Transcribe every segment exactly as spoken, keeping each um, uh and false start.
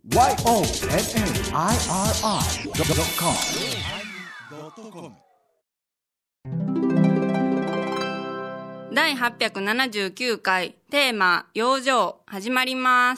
ワイオーエヌエヌアイアールアイドットコムだいはっぴゃくななじゅうきゅうかいテーマ養生始まります。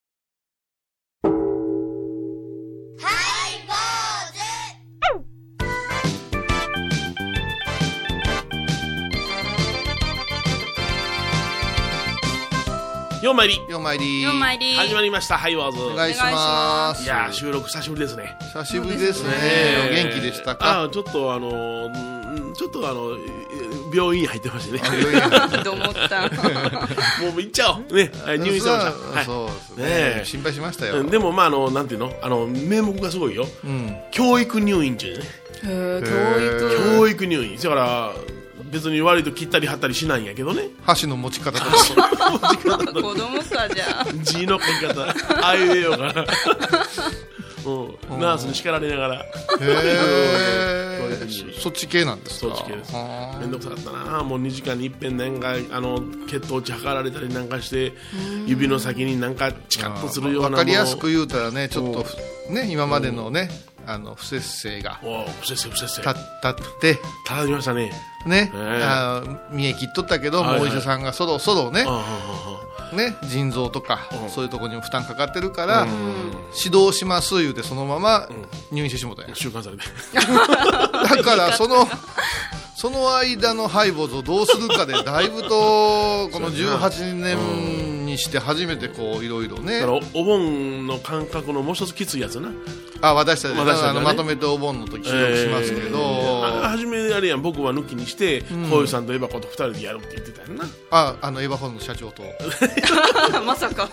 よんまいりよんまいりよんまいり始まりました。ハイワーズお願いします。 いやー収録久しぶりですね。 久しぶりですね。お元気でしたか？ あちょっとあのー、ちょっとあの病院に入ってましてね。 と思ったもう行っちゃおうね。入院してました。はい、 そうですね、 ね心配しましたよ。 でもまああのなんていうのあの名目がすごいよ、うん、教育入院っていうね。 へ教育教育入院だから別に割と切ったり貼ったりしないんやけどね。 箸の持ち方とか子供かじゃ字の書き方あいうえよかなうん、ナースに叱られながら。へえそっち系なんですか？ そっち系です。めんどくさかったな。もうにじかんに一遍なんかあの血糖値測られたりなんかして指の先になんかチカッとするようなもの。 分かりやすく言うたらねちょっとね今までのねあの不摂生が不摂生不摂生たったってただきましたね。 ね、えー、あ見え切っとったけど、はいはい、もうお医者さんがそろそろね、ね腎臓とか、うん、そういうところにも負担かかってるから、うん、指導します言うてそのまま入院してしもたんや、 うん、週刊されてだからそのその間のハイボーズをどうするかでだいぶとこのじゅうはちねんにして初めてこういろいろね。 だからお盆の感覚のもう一つきついやつな。 あ私たち、 私たち、ね、 あのまとめてお盆の時収録しますけど、えー、初めあれやん僕は抜きにしてこういうさんとエバコとふたりでやるって言ってたやんな。 ああのエバホンの社長とまさか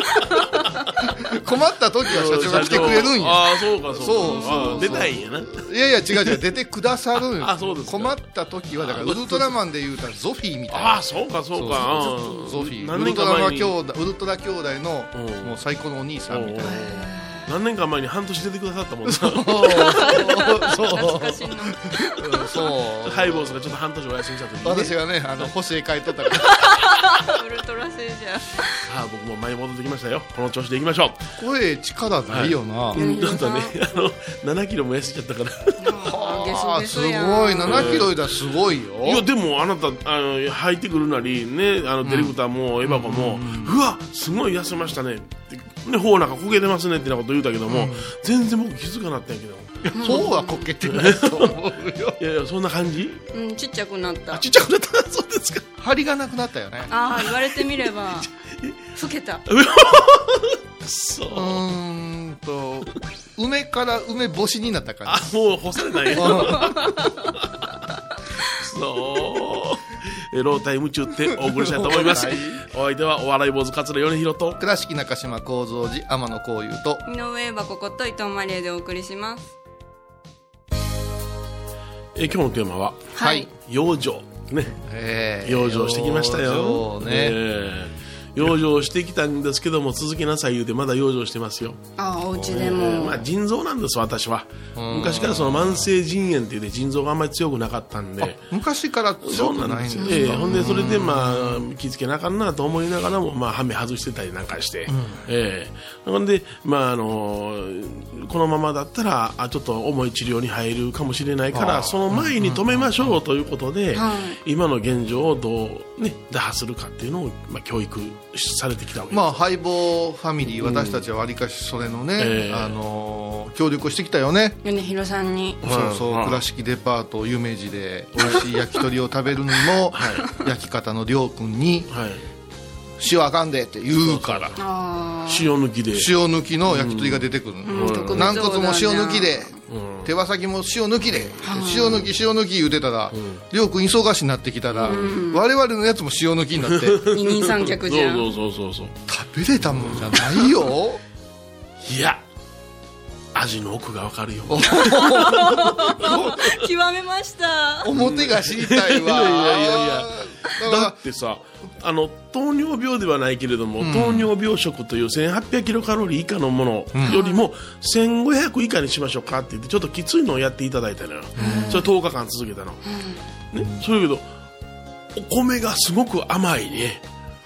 困った時は社長が来てくれるんや。 ああそうかそうかそうそう出たいんやな。いやいや違う違う出てくださるんや。 あそうですか。 困った時はだからウルトラマンで言うたらゾフィーみたいな。 あそうかそうかゾフィーウルトラマ兄弟ウルトラ兄弟のもう最高のお兄さんみたいな。 何年か前に半年出てくださったもんな。 そうそうそうハイボーズがちょっと半年お休みした時に、ね、 私がねあの星へ帰っとったからウルトラ星じゃさあ僕も前に戻ってきましたよ。この調子でいきましょう。 声力ないよな、 はい、うんだったねあのななキロも痩せちゃったからはあすごいななキロだすごいよ。 いやでもあなたあの入ってくるなりねあのディレクターもエバコも、うん、うわすごい痩せましたねってね、ほうなんかこけてますねってなこと言うたけども、うん、全然僕気づかなったんやけどほうはこけてないと思うよいやいやそんな感じ、 うん、ちっちゃくなった。 あちっちゃくなったそうですか。 張りがなくなったよね。 ああ言われてみれば老けたそううーんと梅から梅干しになった感じ。あもう干されないよそうロータイム中ってお送りしたいと思いますお相手はお笑い坊主桂米広と倉敷中島幸三寺天野幸雄と井上はここと伊藤マリエでお送りします。 え今日のテーマは、 はい、 養生ね、えー、養生してきましたよ。 養生ね、 えー養生してきたんですけども続けなさい言うてまだ養生してますよ。 ああお家でも、 えーまあ、腎臓なんです私は。昔からその慢性腎炎っていう、ね、腎臓があんまり強くなかったんで。 昔から強くないんですか？ えー、ほんでそれでまあ気付けなあかんなと思いながらもまあハメ外してたりなんかして、うんえー、ほんでまああのー、このままだったらあちょっと重い治療に入るかもしれないからその前に止めましょうということで、うん、今の現状をどう、ね、打破するかっていうのを、まあ、教育されてきたわけです。 まあ、ハイボーファミリー、うん、私たちはわりかしそれのね、えーあのー、協力をしてきたよね。 米広さんにそうそう、はい、倉敷デパート有名寺で美味しい焼き鳥を食べるにも、はい、焼き方のりょうくんに、はい、塩あかんでって言うから塩抜きで塩抜きの焼き鳥が出てくる、うんうん、軟骨も塩抜きで、うん、手羽先も塩抜きで、うん、塩抜き塩抜き言うてたら、うん、りょうくん忙しになってきたら、うん、我々のやつも塩抜きになって二人三脚じゃん。 そうそうそうそう食べれたもんじゃないよいや味の奥がわかるよ極めました表が知りたいわ。いやいやいやいやだってさあの糖尿病ではないけれども、うん、糖尿病食というせんはっぴゃくキロカロリー以下のものよりも、うん、せんごひゃく以下にしましょうかって言ってちょっときついのをやっていただいたのよ、うん、それとおかかん続けたの、うんね、そういうけどお米がすごく甘いね。うん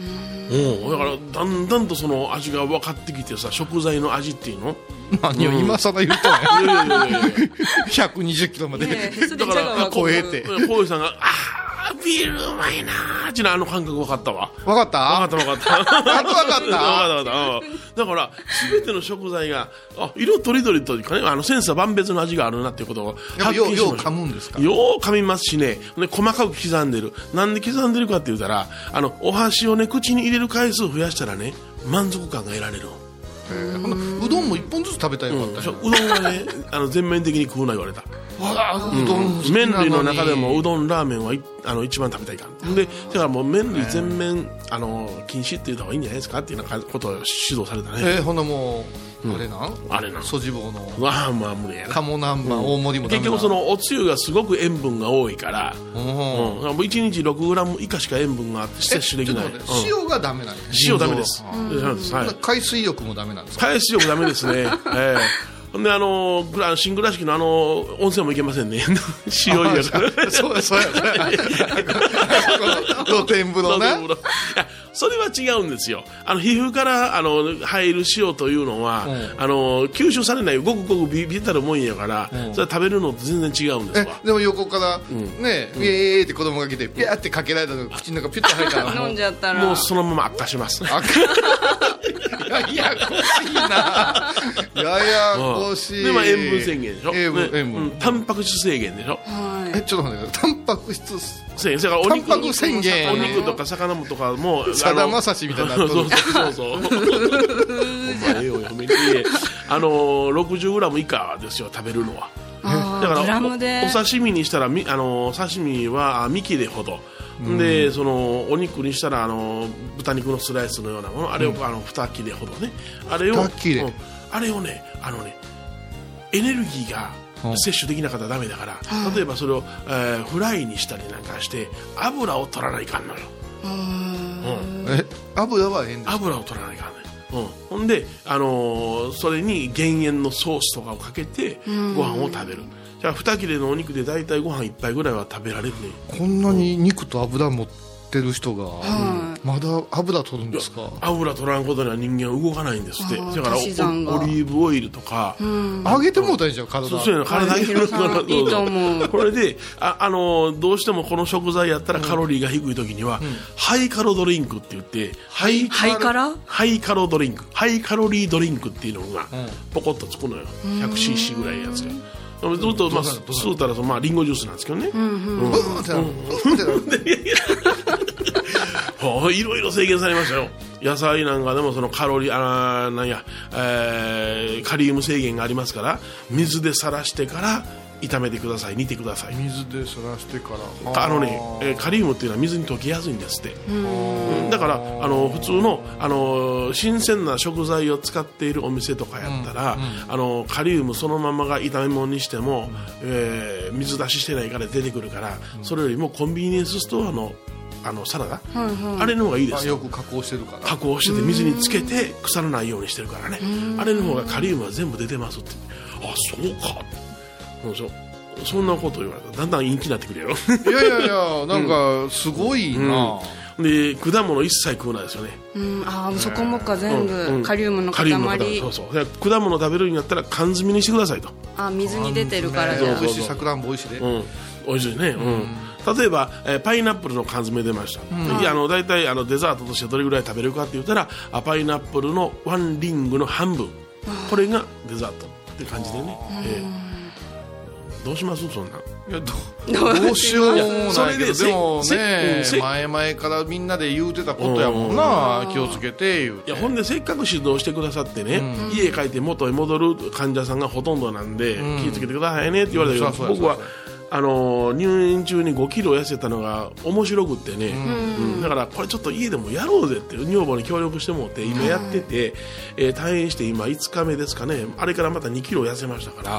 うん、だからだんだんとその味が分かってきてさ、食材の味っていうの、 何を今更言うとんやいやいやいやいやひゃくにじゅっキロまで、 ねえそれだからじゃが超えてこういうさんがあービールうまいなーっていうのあの感覚分かったわ。 分かった分かった分かった分かった分かった分かったうんだから全ての食材があ色とりどりというかね、あの千差万別の味があるなっていうことを発ようよう見しました。 噛むんですか？ よう噛みますしね、で細かく刻んでる。なんで刻んでるかって言ったら、あのお箸をね口に入れる回数増やしたらね満足感が得られる。 へーほなうどんも一本ずつ食べたらよかったよ、 そううどんはねあの全面的に食うな言われた。 あーうどん好きなのに麺類の中でもうどんラーメンはいあの一番食べたいからで、だからもう麺類全面あの禁止って言った方がいいんじゃないですかっていうようなことを指導されたね。 えー、ほなもう、あれなんあれなんソジボのわあまあ無理やな。 鴨南蛮、大盛りもダメな結局そのおつゆがすごく塩分が多いから、 うんうん、だからもういちにちろくグラム以下しか塩分があって摂取できない。 ちょっと待ってうん塩がダメなんや、 塩ダメです。 うんそうですはい。 海水浴もダメなんですか？ 海水浴ダメですね。ええほんであのグラ新倉敷のあの温泉も行けませんね。塩入れから。 そうやそうやそうや露天風呂な。 いやそれは違うんですよ。あの皮膚からあの入る塩というのは、 うんあの吸収されないごくごくビビたるもんやから、 うんそれは食べるのと全然違うんですえわ。 でも横から、ねウェーって子供が来てピャーってかけられたの口の中ピュッと入ったらもう飲んじゃったらもうそのまま悪化します。 あかんややこしいなややこしい。 でまあ塩分制限でしょ。 塩分、 ね塩分うんタンパク質制限でしょ。 えちょっと待ってください。タンパク質制限。だからお肉タンパク宣言お肉とか魚もとかもさだまさしみたいになっとるそうそうそうお前よやめてあのろくじゅうグラム以下ですよ食べるのは。 あーだからグラムでおお刺身にしたらみあの刺身はあ見切れほど、でそのお肉にしたらあの豚肉のスライスのようなものあれを、あの二切れほどねあれを二切れうんあれをねあのねエネルギーがうん摂取できなかったらダメだから、例えばそれを、えーフライにしたりなんかして油を取らないかんのよ。うんえ油はええんですか？ 油を取らないからね、うん、ほんで、あのーそれに減塩のソースとかをかけてご飯を食べる。じゃあに切れのお肉でだいたいご飯いっぱいぐらいは食べられるね。 こんなに肉と油持ってる人が、 はいまだ油取るんですか？ 油取らんことには人間は動かないんですって。 あーだから足し算がおオリーブオイルとか、 揚げてもうたらいいじゃん体。 そうそういうの体にヒロさんいいと思うこれであ、あのーどうしてもこの食材やったらカロリーが低い時には、ハイカロドリンクって言ってハイハイカラハイカロドリンクハイカロリードリンクっていうのがんポコッとつくのよ。 ひゃくシーシー ぐらいのやつがずっと、まあ、吸うたらその、まあ、リンゴジュースなんですけどね、 ブーンってなるブーンってなるほういろいろ制限されましたよ。野菜なんかでもそのカロリーあーなんや、えーカリウム制限がありますから水でさらしてから炒めてください、煮てください。 水でさらしてからあのね、えーカリウムっていうのは水に溶けやすいんですって。うんだからあの普通の、あの新鮮な食材を使っているお店とかやったら、あのカリウムそのままが炒め物にしても、えー水出ししてないから出てくるから、それよりもコンビニエンスストアのあのサラダ、あれの方がいいですよ。 あよく加工してるから加工してて水につけて腐らないようにしてるからね、あれの方がカリウムは全部出てますって。あそうか、そうそうそんなこと言われたらだんだん陰気になってくるやろいやいやいやなんかすごいな、 で果物一切食うなですよね。 うんあーそこもか全部、 うんうんカリウムのカリウムの塊。 塊そうそうで果物食べるんやったら缶詰にしてくださいと。 あ水に出てるからじゃあね美味しいさくらんぼ美味しいで、 うん、美味しいね、うん、例えば、えーパイナップルの缶詰出ました、いやあの大体あのデザートとしてどれぐらい食べるかって言ったらあパイナップルのワンリングの半分、これがデザートって感じでね、えーどうしますそんなんいやどどうしようもないけど、 それででもせねせ前々からみんなで言うてたことやもんな、気をつけて言うて。 いやほんでせっかく指導してくださってね、家帰って元へ戻る患者さんがほとんどなんで、 ん気をつけてくださいねって言われたけど、 そうそうそう僕はあのー入院中にごキロ痩せたのが面白くってね、うんだからこれちょっと家でもやろうぜって女房に協力してもらって今やってて、えー退院して今いつかめですかね、あれからまたにキロ痩せましたから、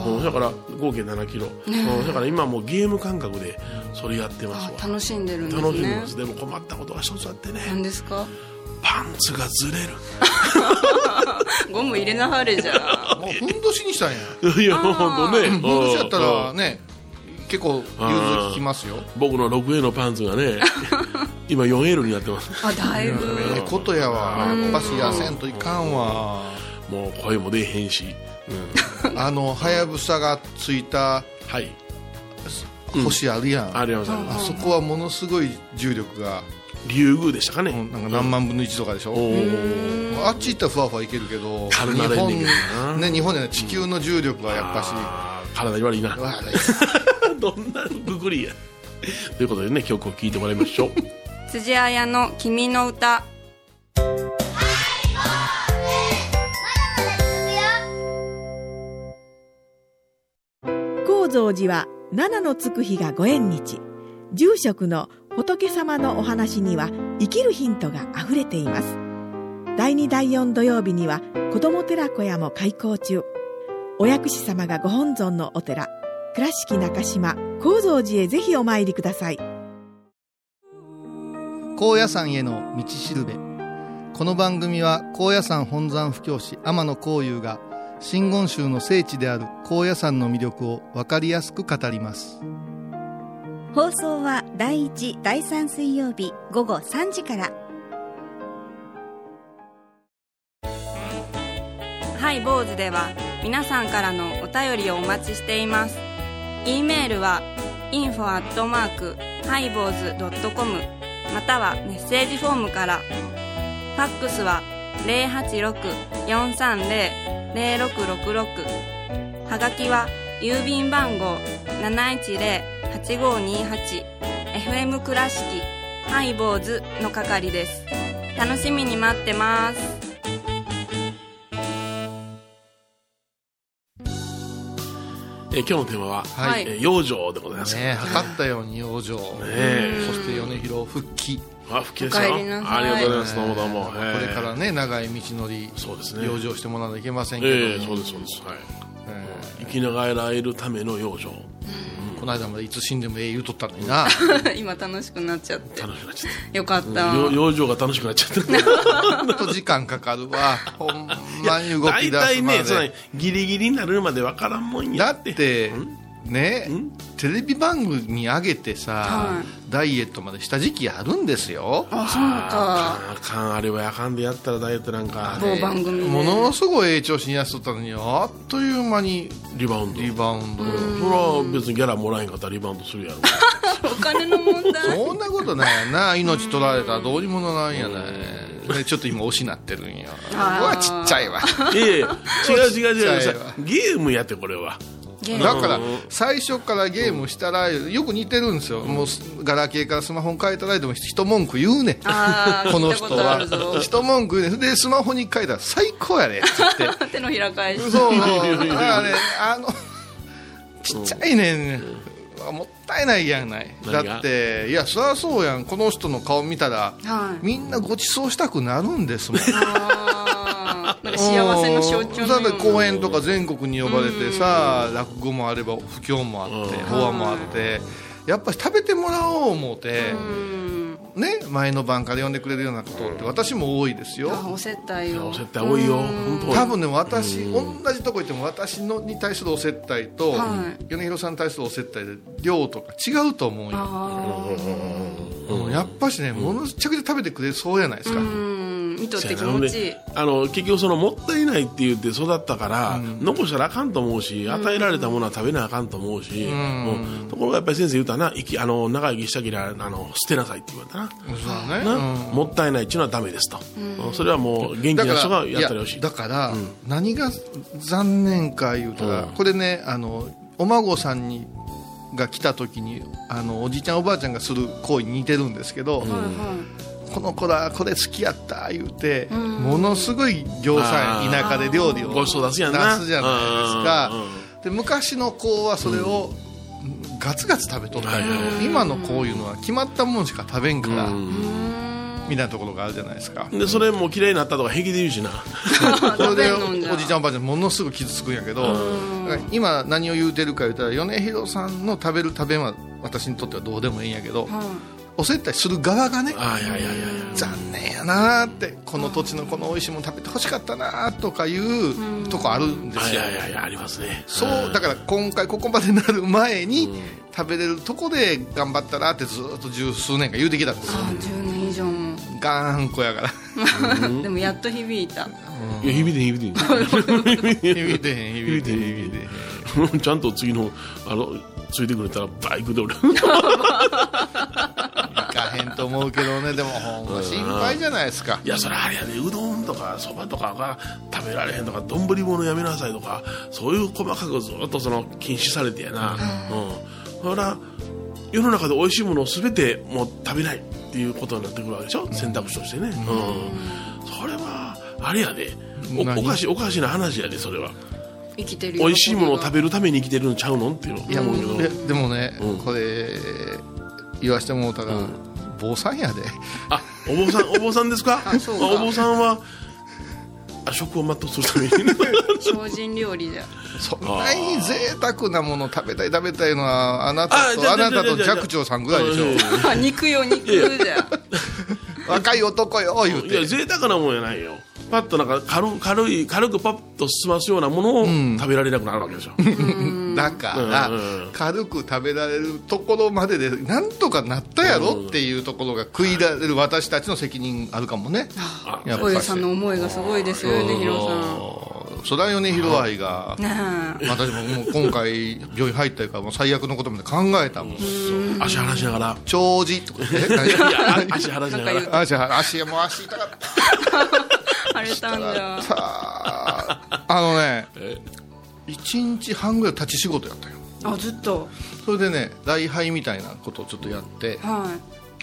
うんだから合計ななキロ、うんだから今もうゲーム感覚でそれやってますわ。 あ楽しんでるんですね。 楽しみます。でも困ったことが一つあってね、 何ですか？ パンツがずれる。 ゴム入れなはれじゃあ。 もうふんどしにしたんや。 いや本当ね、 ふんどしやったらうんね結構融通ききますよ。 僕のろくエーのパンツがね今 フォーエル になってます。 あ、だいぶええことやわ。やっぱし痩せんといかんわ。 もう声も出えへんし、うん、 あのはやぶさがついたはい星あるやん、 うん、あります。 あそこはものすごい重力が竜宮でしたかね、 うん、なんか何万分のいちとかでしょ、うん、あっち行ったらふわふわいけるけど、 日本ね、日本では地球の重力はやっぱし、 うん、体悪いなどんなぐくりやということでね、曲を聴いてもらいましょう辻彩の君の歌。 高蔵寺は七のつく日がご縁日。住職の仏様のお話には生きるヒントがあふれています。だいにだいよん土曜日には子ども寺小屋も開校中。お薬師様がご本尊のお寺、倉敷中島・高蔵寺へぜひお参りください。 高野山への道しるべ。この番組は高野山本山布教師天野幸雄が真言宗の聖地である高野山の魅力を分かりやすく語ります。 放送はだいいち、だいさん水曜日午後さんじから。 ハイボーズでは皆さんからのお便りをお待ちしています。 E メールは インフォ アットマーク ハイボーズ ドットコム またはメッセージフォームから。ファックスは ゼロはちろく よんさんゼロ ゼロろくろくろく、はがきは郵便番号 なないちゼロ はちごにはち エフエム 倉敷ハイボーズの係です。楽しみに待ってます。 えー、今日のテーマは、 はい、 えー、養生でございますね。測ったように養生、ね、そして米広復帰。 あ、復帰ですよ。ありがとうございます。どうもどうも。 これからね、長い道のり、 そうですね、 養生してもらわなきゃいけませんけど、 えー、そうですそうです、はい、えー、生きながらえるための養生、うん、 この間までいつ死んでもええ言うとったのにな今楽しくなっちゃって楽しくなっちゃってよかった、 うん、養生が楽しくなっちゃったほんと時間かかるわほんまに動き出すまで。 大体ね、そのギリギリになるまで分からんもんやって。 だってね、テレビ番組に上げてさ、はい、ダイエットまでした時期あるんですよ。 あ、そうか。 あかん、あれはやかんでやったらダイエットなんか某番組でものすごい栄調子にやっとったのに、あっという間にリバウンドリバウンド。それは別にギャラもらえんかったらリバウンドするやろお金の問題そんなことないやな。命取られたらどうにもならんやない。ちょっと今推しなってるんや。うわ、ちっちゃいわ。 いやいや、違う違う違う、ゲームやって。これはだから最初からゲームしたらよく似てるんですよ。もうガラケーからスマホに変えたらでも一文句言うねんこの人は一文句言うねん。でスマホに変えたら最高やでって言って手のひら返しそうそうだからね、あのちっちゃいねん、もったいないやんない。だっていやそりゃそうやん、この人の顔見たら、はい、みんなご馳走したくなるんですもんなんか幸せの象徴のような公演とか全国に呼ばれてさ、落語もあれば不況もあって法話もあって、やっぱり食べてもらおう思うてね、前の晩から呼んでくれるようなことって私も多いですよ。 お接待よ、 お接待多いよ。 多分ね、私同じとこ行っても私のに対するお接待と、はい、米広さんに対するお接待で量とか違うと思うよ。うん、やっぱしね、ものすごく食べてくれそうやないですか。 見とって気持ちいい。 あの結局そのもったいないって言って育ったから、うん、残したらあかんと思うし、与えられたものは食べなあかんと思うし、うんうん、ところがやっぱり先生言うたな、生きあの長生きしたきりあの捨てなさいって言われたな。 そうね、 な、うん、もったいないっていうのはダメですと、うん、それはもう元気な人がやったらよし。 だから、うん、何が残念か言うたら、うん、これね、あのお孫さんにが来た時にあのおじいちゃんおばあちゃんがする行為に似てるんですけど、うんうん、この子らこれ好きやった言うて、うん、ものすごい行さん田舎で料理をごちそう出すやんな、 出すじゃないですか。で昔の子はそれをガツガツ食べとったけど、うん、今のこういうのは決まったもんしか食べんから、うん、みたいなところがあるじゃないですか。 でそれも嫌いになったとか平気で言うしなそれでおじいちゃんおばあちゃんものすごく傷つくんやけど、今何を言うてるか言ったら、米広さんの食べる食べは私にとってはどうでもいいんやけど、 お接待する側がね、 あいやいやいやいや残念やなって、この土地のこの美味しいもの食べてほしかったなとかいうとこあるんですよ。 いやいやいやありますね。 そうだから今回ここまでなる前に食べれるとこで頑張ったらってずっと十数年間言うてきたんですよ。 あじゅうねん以上も頑固やからでもやっと響いた。 いや響いて響いて響いて響いてへん響いてへん響いてへんちゃんと次のあのついてくれたらバイクで俺行かへんと思うけどね。でもほんま心配じゃないですか。 いやそれあれやね、うどんとかそばとかが食べられへんとか丼物やめなさいとかそういう細かくずっとその禁止されてやな、うん、ほら世の中で美味しいものを全てもう食べないっていうことになってくるわけでしょ、選択肢としてね、うん、それはあれやで、お, おかしいおかしな話やで、それは生きてる美味しいものを食べるために生きてるんちゃうのっていうの。 いやもういやでもね、 うん、 これ言わしてもうたら、うん、坊さんやで。 あお坊さんお坊さんですか。 あそうか。 お坊さんはあ食を全うするために精進料理じゃそんなに贅沢なもの食べたい食べたいのはあなたとああなたと寂聴さんぐらいでしょ。 肉よ肉じゃ若い男よ言うて。 いや贅沢なもんやないよ。パッとなんか 軽, 軽い軽くパッと済ますようなものを食べられなくなるわけでしょ、うん、 だから軽く食べられるところまででなんとかなったやろっていうところが食いられる私たちの責任あるかもね。 おゆさんの思いがすごいですよね、ヒロさん。そだよね、ヒロ愛が私ももう今回病院入ったからもう最悪のことまで考えたもん。 足離しながら長寿とかね足離しながら足足もう足痛かった腫れたんじゃあのねいちにちはんぐらい立ち仕事やったよ。 あずっとそれでね礼拝みたいなことをちょっとやって、 はい、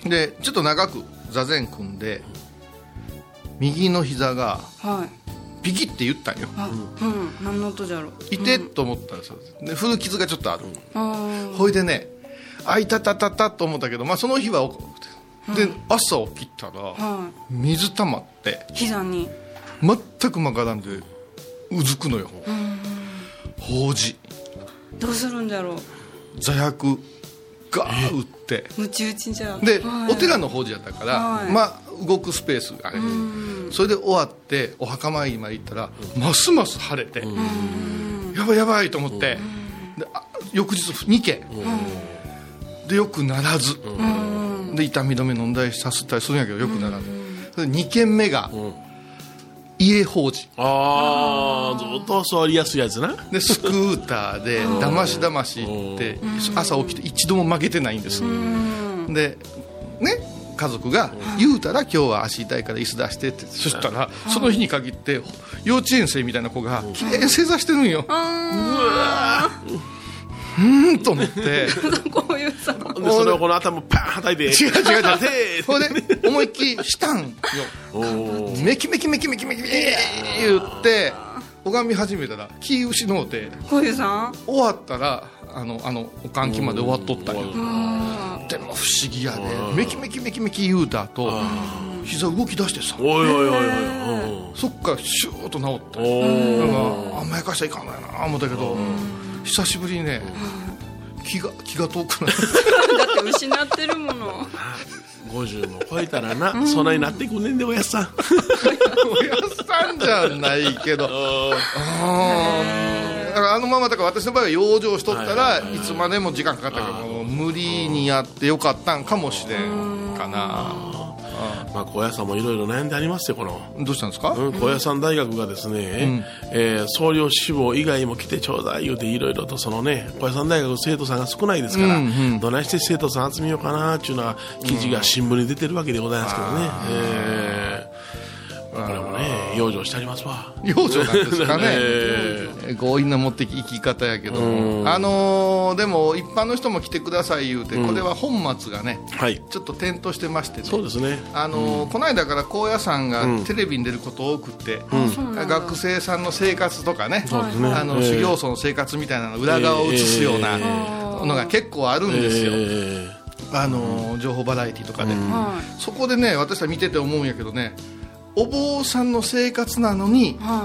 でちょっと長く座禅組んで右の膝がピキって言ったんよ、 はい、うん、何の音じゃろう。 いてと思ったんですよ。で古傷がちょっとある。 あほいでねあいたたたたと思ったけど、まあ、その日は多くて、で、うん、朝起きたら、はい、水溜まって膝に全く曲がらんでうずくのよ。法事どうするんだろう。 座薬ガー打ってムチ打ちじゃで、 はい、 お寺の法事やったから、はい、まあ動くスペースがあれ、それで終わってお墓参りまで行ったらますます晴れてやばいやばいと思ってで翌日にけんでよくならずで痛み止め飲んだりさせたりするんやけどよくならずにけんめが家法事。 ああずっと座りやすいやつな。 でスクーターでだましだまし行って朝起きて一度も負けてないんです。でね家族が言うたら今日は足痛いから椅子出してって、そしたらその日に限って幼稚園生みたいな子がきれいに正座してるんよ。うわうーんと思ってこういうさそれをこの頭パーン叩いて違う違う違うそれで思いっきりしたんよ。メキメキメキメキメキメキ言って拝み始めたら気失うてこういうさん終わったらあのあのお換気まで終わっとったんよ。でも不思議やでメキメキメキメキ言うた後膝動き出してさ、 おいおいおいおいそっからシューッと治ったなんか甘やかしちゃいかんないな思ったけど久しぶりにね、気が気が遠くなるだって失ってるものごじゅうも超えたらな、うん、そないなってくんねんでおやっさんおやっさんじゃないけどあだからあのままだから私の場合は養生しとったらいつまでも時間かかったからもう無理にやってよかったんかもしれんかな。 まあ、高野山もいろいろ悩んでありますよ。このどうしたんですか、 うん、高野山大学がですね、うんえー、総領志望以外も来てちょうだい言うていろいろとそのね高野山大学生徒さんが少ないですから、うんうん、どないして生徒さん集めようかなっていうのは記事が新聞に出てるわけでございますけどね、うんえーこれもね養生してありますわ。 養生なんですかね、えー、強引な持っていき方やけども、あのー、でも一般の人も来てください言うて、うん、これは本末がね、はい、ちょっと点灯してまして、ね、 そうですね、 あのーうん、この間から高野山がテレビに出ること多くて、うん、学生さんの生活とかね、うん、あの、えー、修行僧の生活みたいなの裏側を映すようなのが結構あるんですよ、えー、あのー、情報バラエティとかで、うん、そこでね私は見てて思うんやけどねお坊さんの生活なのに、は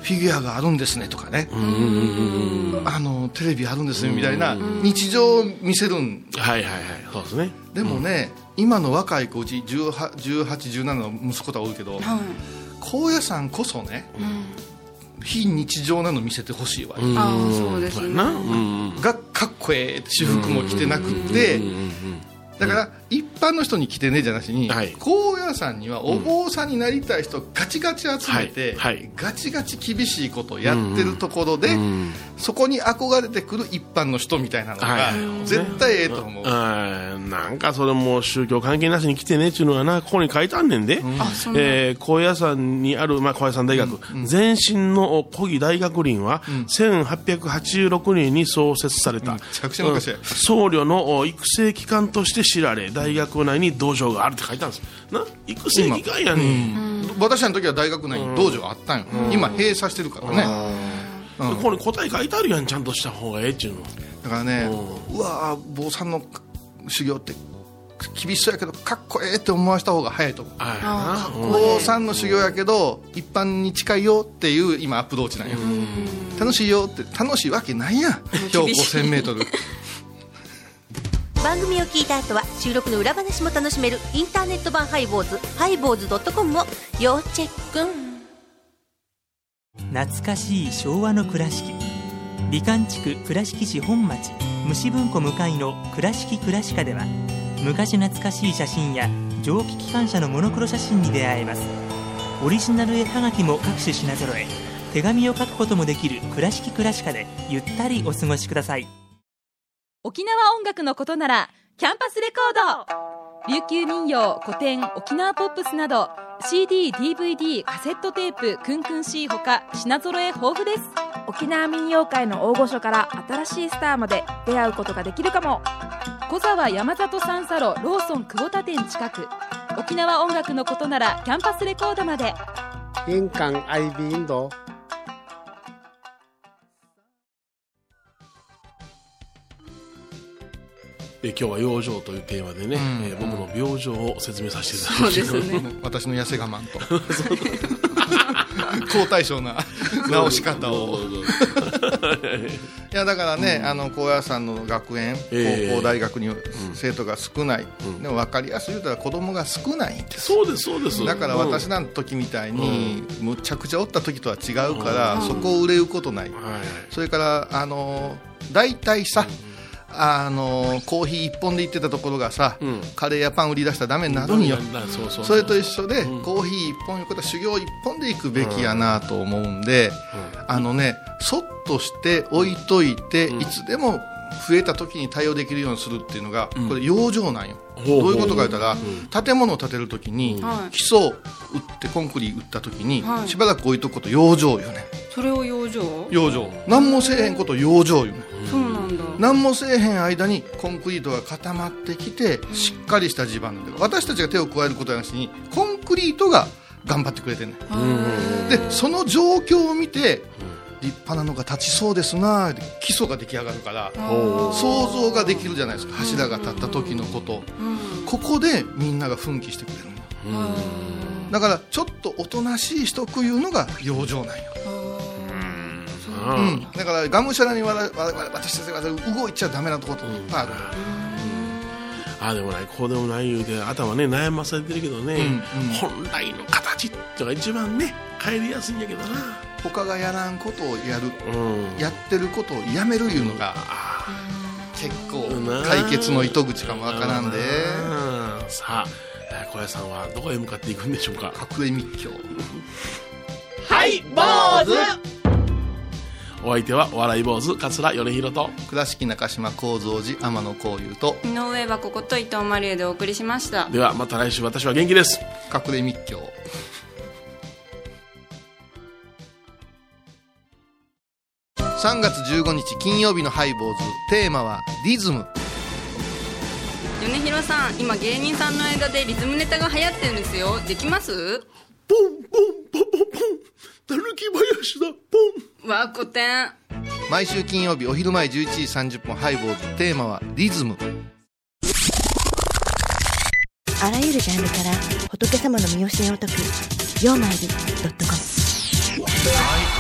フィギュアがあるんですねとかね、 うんあのテレビあるんですねみたいな日常を見せるん。 はいはいはい、そうですね。 でもね、うん、今の若い子うちじゅうはち、じゅうななの息子とは多いけど、はい、高野山こそね、うん、非日常なの見せてほしいわ、 うん、ああそうですね、うん、 がかっこええ私服も着てなくて、だから一般の人に来てねじゃなしに、はい、高野山にはお坊さんになりたい人ガチガチ集めて、うんはいはい、ガチガチ厳しいことをやってるところで、うん、そこに憧れてくる一般の人みたいなのが、はい、絶対ええと思う、 ね、なんかそれも宗教関係なしに来てねっていうのはな、ここに書いてあんねんで、うん、えー、高野山にある、まあ、高野山大学、うんうん、前身の古技大学林は、うん、せんはっぴゃくはちじゅうろくねんに創設された、 めちゃくちゃ昔や、うん、 僧侶の育成機関として知られ、大学内に道場があるって書いてあるんですな。育成機関やねん、 うん、私の時は大学内に道場あったんよ、うん、今閉鎖してるからね、 うん、ここに答え書いてあるやん、ちゃんとした方がええっていうの。 だからね、うん、うわ坊さんの修行って厳しそうやけどかっこええって思わせた方が早いと思う。 あ坊さんの修行やけど一般に近いよっていう今アプローチなんよ。楽しいよって、楽しいわけないやん標高せんメートル番組を聞いた後は収録の裏話も楽しめるインターネット版ハイボーズハイボーズドットコムを要チェック。 懐かしい昭和の倉敷、美観地区倉敷市本町虫文庫向かいの倉敷倉歯科では、昔懐かしい写真や蒸気機関車のモノクロ写真に出会えます。オリジナル絵はがきも各種品揃え、手紙を書くこともできる倉敷倉歯科でゆったりお過ごしください。 沖縄音楽のことならキャンパスレコード、琉球民謡、古典、沖縄ポップスなど シーディー、ディーブイディー、カセットテープ、クンクン C ほか品揃え豊富です。 沖縄民謡界の大御所から新しいスターまで出会うことができるかも。 小沢山里三佐路ローソン久保田店近く。沖縄音楽のことならキャンパスレコードまで。 印港 アイビー 인도 え今日は養生というテーマでね、うん、えー、僕の病状を説明させていただきました。 そうですね私の痩せ我慢と好対象な直し方をいやだからね、うん、あの高野山の学園、えー、高校大学に生徒が少ない、うん、でも分かりやすい言うたら子供が少ないんです。 そうですそうです。 だから私らの時みたいに、うん、むちゃくちゃおった時とは違うから、うん、そこを憂うことない、うん、それからあの大体さ、うん、あのコーヒー一本で行ってたところがさ、うん、カレーやパン売り出したらダメになるんよ、うん、そうそうそう、それと一緒で、うん、コーヒー一本いうことは修行一本で行くべきやなと思うんで、うんうん、あのねそっとして置いといて、うん、いつでも増えた時に対応できるようにするっていうのが、うん、これ養生なんよ、うん、どういうことか言ったら、うん、建物を建てる時に、うん、基礎を打ってコンクリ打った時に、はい、しばらく置いとくこと養生よね。 それを養生養生何もせえへんこと養生よね、 うん、そうなんだ。 何もせえへん間にコンクリートが固まってきて、うん、しっかりした地盤なんで、私たちが手を加えることなしにコンクリートが頑張ってくれてんねん。でその状況を見て立派なのが立ちそうですなって基礎が出来上がるから想像ができるじゃないですか。柱が立った時のこと、うん、ここでみんなが奮起してくれるんだ。うん、だからちょっとおとなしい人というのが養生なんよ。うん、だからがむしゃらにわらわら私たちが動いちゃダメなところいっぱいある。 ああでもないこうでもない言うて頭ね悩まされてるけどね、うんうん、本来の形っていうのが一番ね帰りやすいんやけどな。 他がやらんことをやる、うん、やってることをやめるいうのが、うん、結構解決の糸口かもわからんで。 さあ小屋さんはどこへ向かっていくんでしょうか。 隠れ密教はい坊主。 お相手は笑い坊主桂米広と倉敷中島幸三寺天野幸雄と井上はここと伊藤マリエでお送りしました。 ではまた来週私は元気です。 隠れ密教。さんがつじゅうごにち金曜日のハイボーズ、テーマはリズム。 米広さん、今芸人さんの間でリズムネタが流行ってるんですよ。できます？ ポンポンポンポンポン、たぬき林だポン。 わー、古典。 毎週金曜日お昼前じゅういちじさんじゅっぷん、ハイボーズ、テーマはリズム。 あらゆるジャンルから仏様の身教えを解く曜マイルドットコム。